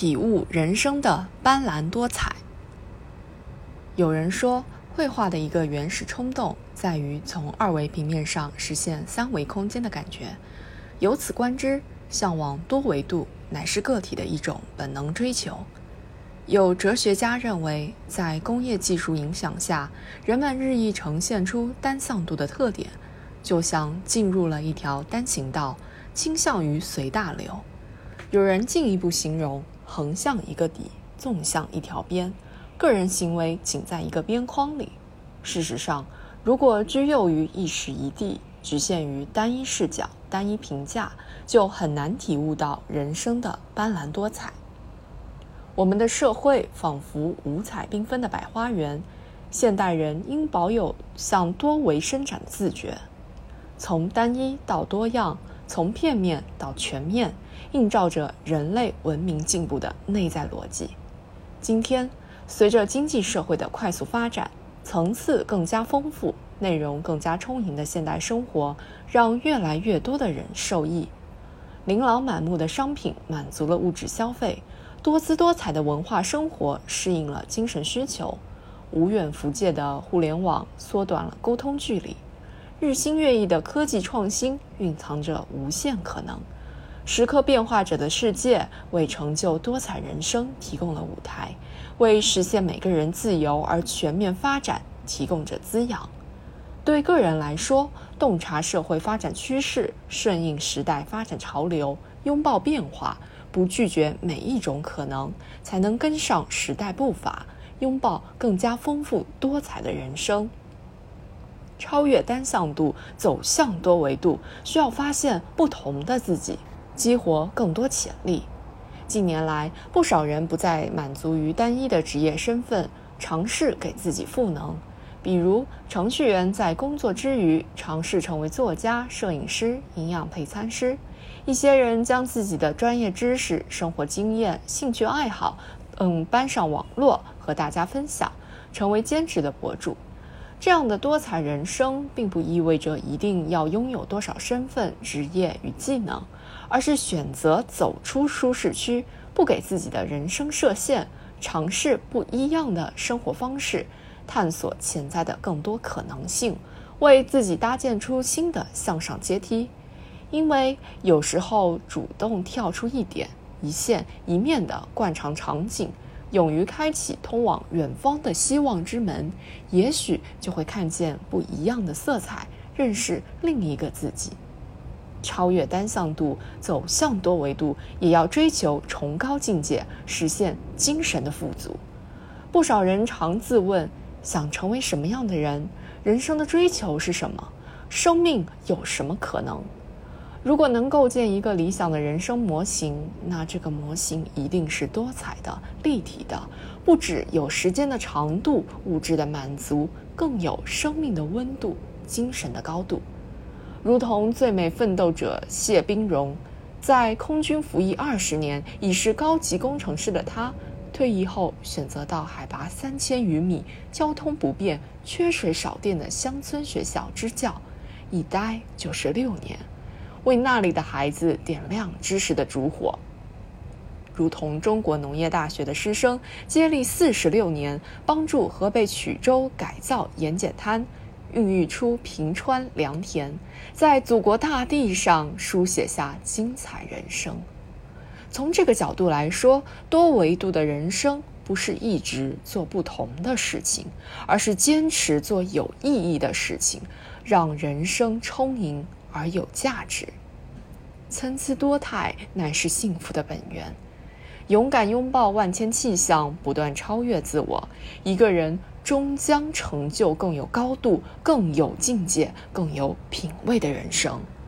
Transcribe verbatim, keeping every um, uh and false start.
体悟人生的斑斓多彩。有人说，绘画的一个原始冲动在于从二维平面上实现三维空间的感觉。由此观之，向往多维度乃是个体的一种本能追求。有哲学家认为，在工业技术影响下，人们日益呈现出单向度的特点，就像进入了一条单行道，倾向于随大流。有人进一步形容，横向一个底，纵向一条边，个人行为仅在一个边框里。事实上，如果居囿于一时一地，局限于单一视角、单一评价，就很难体悟到人生的斑斓多彩。我们的社会仿佛五彩缤纷的百花园，现代人应保有向多维伸展的自觉，从单一到多样，从片面到全面，映照着人类文明进步的内在逻辑。今天，随着经济社会的快速发展，层次更加丰富，内容更加充盈的现代生活，让越来越多的人受益。琳琅满目的商品满足了物质消费，多姿多彩的文化生活适应了精神需求，无远弗届的互联网缩短了沟通距离，日新月异的科技创新蕴藏着无限可能。时刻变化着的世界为成就多彩人生提供了舞台，为实现每个人自由而全面发展提供着滋养。对个人来说，洞察社会发展趋势，顺应时代发展潮流，拥抱变化，不拒绝每一种可能，才能跟上时代步伐，拥抱更加丰富多彩的人生。超越单向度，走向多维度，需要发现不同的自己，激活更多潜力。近年来，不少人不再满足于单一的职业身份，尝试给自己赋能。比如，程序员在工作之余，尝试成为作家、摄影师、营养配餐师。一些人将自己的专业知识、生活经验、兴趣爱好，嗯，搬上网络和大家分享，成为兼职的博主。这样的多彩人生，并不意味着一定要拥有多少身份、职业与技能，而是选择走出舒适区，不给自己的人生设限，尝试不一样的生活方式，探索潜在的更多可能性，为自己搭建出新的向上阶梯。因为有时候主动跳出一点、一线、一面的惯常场景，勇于开启通往远方的希望之门，也许就会看见不一样的色彩，认识另一个自己。超越单向度，走向多维度，也要追求崇高境界，实现精神的富足。不少人常自问，想成为什么样的人？人生的追求是什么？生命有什么可能？如果能构建一个理想的人生模型，那这个模型一定是多彩的、立体的，不只有时间的长度、物质的满足，更有生命的温度、精神的高度。如同最美奋斗者谢冰荣，在空军服役二十年，已是高级工程师的他，退役后选择到海拔三千余米、交通不便、缺水少电的乡村学校支教，一待就是六年。为那里的孩子点亮知识的烛火，如同中国农业大学的师生接力四十六年，帮助河北曲周改造盐碱滩，孕育出平川良田，在祖国大地上书写下精彩人生。从这个角度来说，多维度的人生不是一直做不同的事情，而是坚持做有意义的事情，让人生充盈而有价值。参差多态乃是幸福的本源。勇敢拥抱万千气象，不断超越自我，一个人终将成就更有高度、更有境界、更有品味的人生。